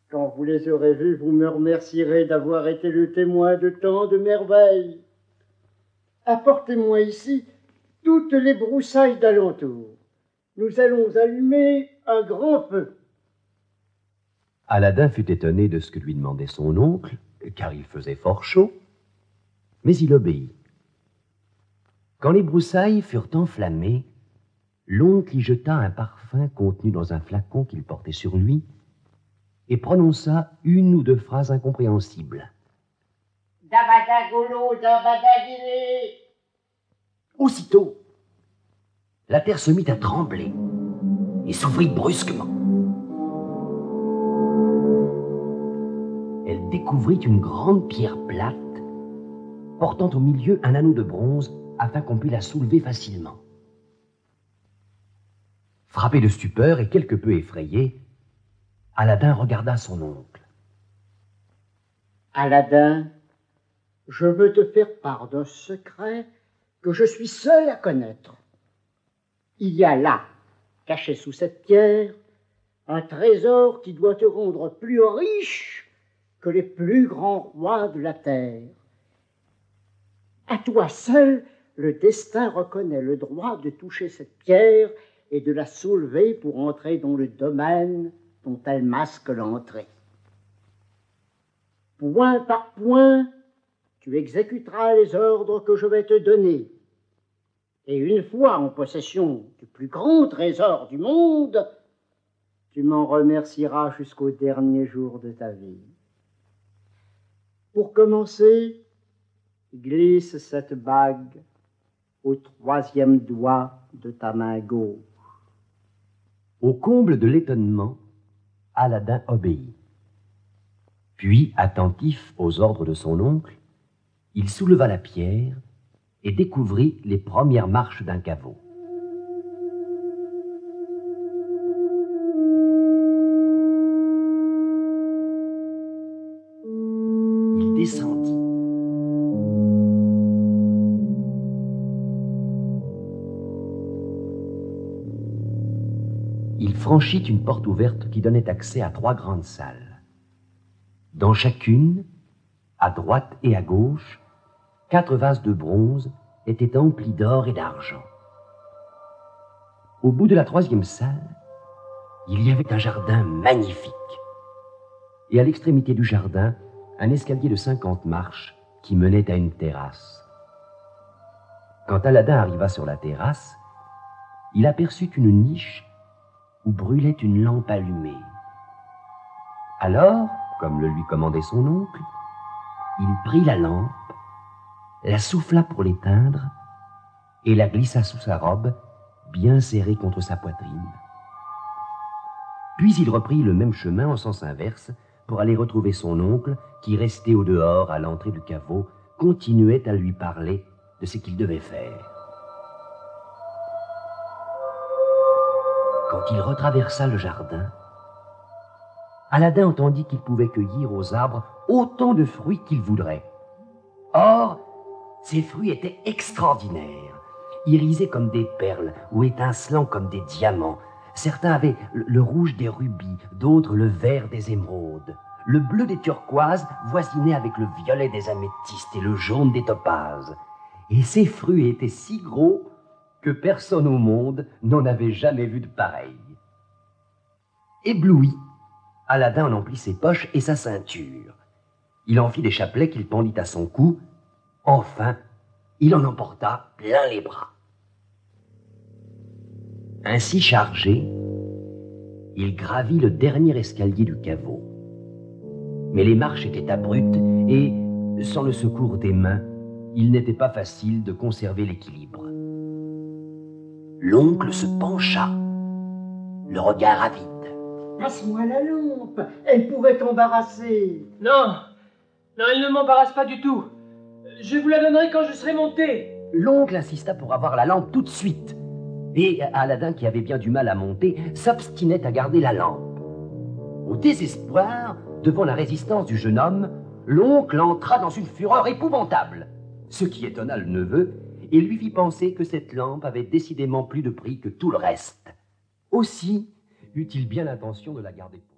Quand vous les aurez vus, vous me remercierez d'avoir été le témoin de tant de merveilles. Apportez-moi ici toutes les broussailles d'alentour. Nous allons allumer un grand feu. Aladin fut étonné de ce que lui demandait son oncle, car il faisait fort chaud, mais il obéit. Quand les broussailles furent enflammées, l'oncle y jeta un parfum contenu dans un flacon qu'il portait sur lui et prononça une ou deux phrases incompréhensibles. Dabadagolo, dabadagilé. Aussitôt, la terre se mit à trembler et s'ouvrit brusquement. Elle découvrit une grande pierre plate portant au milieu un anneau de bronze afin qu'on pût la soulever facilement. Frappé de stupeur et quelque peu effrayé, Aladin regarda son oncle. Aladin, je veux te faire part d'un secret que je suis seul à connaître. Il y a là, caché sous cette pierre, un trésor qui doit te rendre plus riche que les plus grands rois de la terre. À toi seul, le destin reconnaît le droit de toucher cette pierre et de la soulever pour entrer dans le domaine dont elle masque l'entrée. Point par point, tu exécuteras les ordres que je vais te donner. Et une fois en possession du plus grand trésor du monde, tu m'en remercieras jusqu'au dernier jour de ta vie. Pour commencer, glisse cette bague au 3e doigt de ta main gauche. Au comble de l'étonnement, Aladin obéit. Puis, attentif aux ordres de son oncle, il souleva la pierre et découvrit les premières marches d'un caveau. Il descendit. Il franchit une porte ouverte qui donnait accès à 3 grandes salles. Dans chacune, à droite et à gauche, 4 vases de bronze étaient emplis d'or et d'argent. Au bout de la 3e salle, il y avait un jardin magnifique. Et à l'extrémité du jardin, un escalier de 50 marches qui menait à une terrasse. Quand Aladin arriva sur la terrasse, il aperçut une niche où brûlait une lampe allumée. Alors, comme le lui commandait son oncle, il prit la lampe, la souffla pour l'éteindre et la glissa sous sa robe, bien serrée contre sa poitrine. Puis il reprit le même chemin en sens inverse pour aller retrouver son oncle qui, resté au dehors à l'entrée du caveau, continuait à lui parler de ce qu'il devait faire. Quand il retraversa le jardin, Aladin entendit qu'il pouvait cueillir aux arbres autant de fruits qu'il voudrait. Or, ces fruits étaient extraordinaires, irisés comme des perles ou étincelants comme des diamants. Certains avaient le rouge des rubis, d'autres le vert des émeraudes. Le bleu des turquoises voisinait avec le violet des améthystes et le jaune des topazes. Et ces fruits étaient si gros que personne au monde n'en avait jamais vu de pareil. Ébloui, Aladin en emplit ses poches et sa ceinture. Il en fit des chapelets qu'il pendit à son cou. Enfin, il en emporta plein les bras. Ainsi chargé, il gravit le dernier escalier du caveau. Mais les marches étaient abruptes et, sans le secours des mains, il n'était pas facile de conserver l'équilibre. L'oncle se pencha, le regard avide. Passe-moi la lampe, elle pourrait t'embarrasser. Non, non, elle ne m'embarrasse pas du tout. Je vous la donnerai quand je serai monté. L'oncle insista pour avoir la lampe tout de suite. Et Aladin, qui avait bien du mal à monter, s'obstinait à garder la lampe. Au désespoir, devant la résistance du jeune homme, l'oncle entra dans une fureur épouvantable, ce qui étonna le neveu et lui fit penser que cette lampe avait décidément plus de prix que tout le reste. Aussi eut-il bien l'intention de la garder.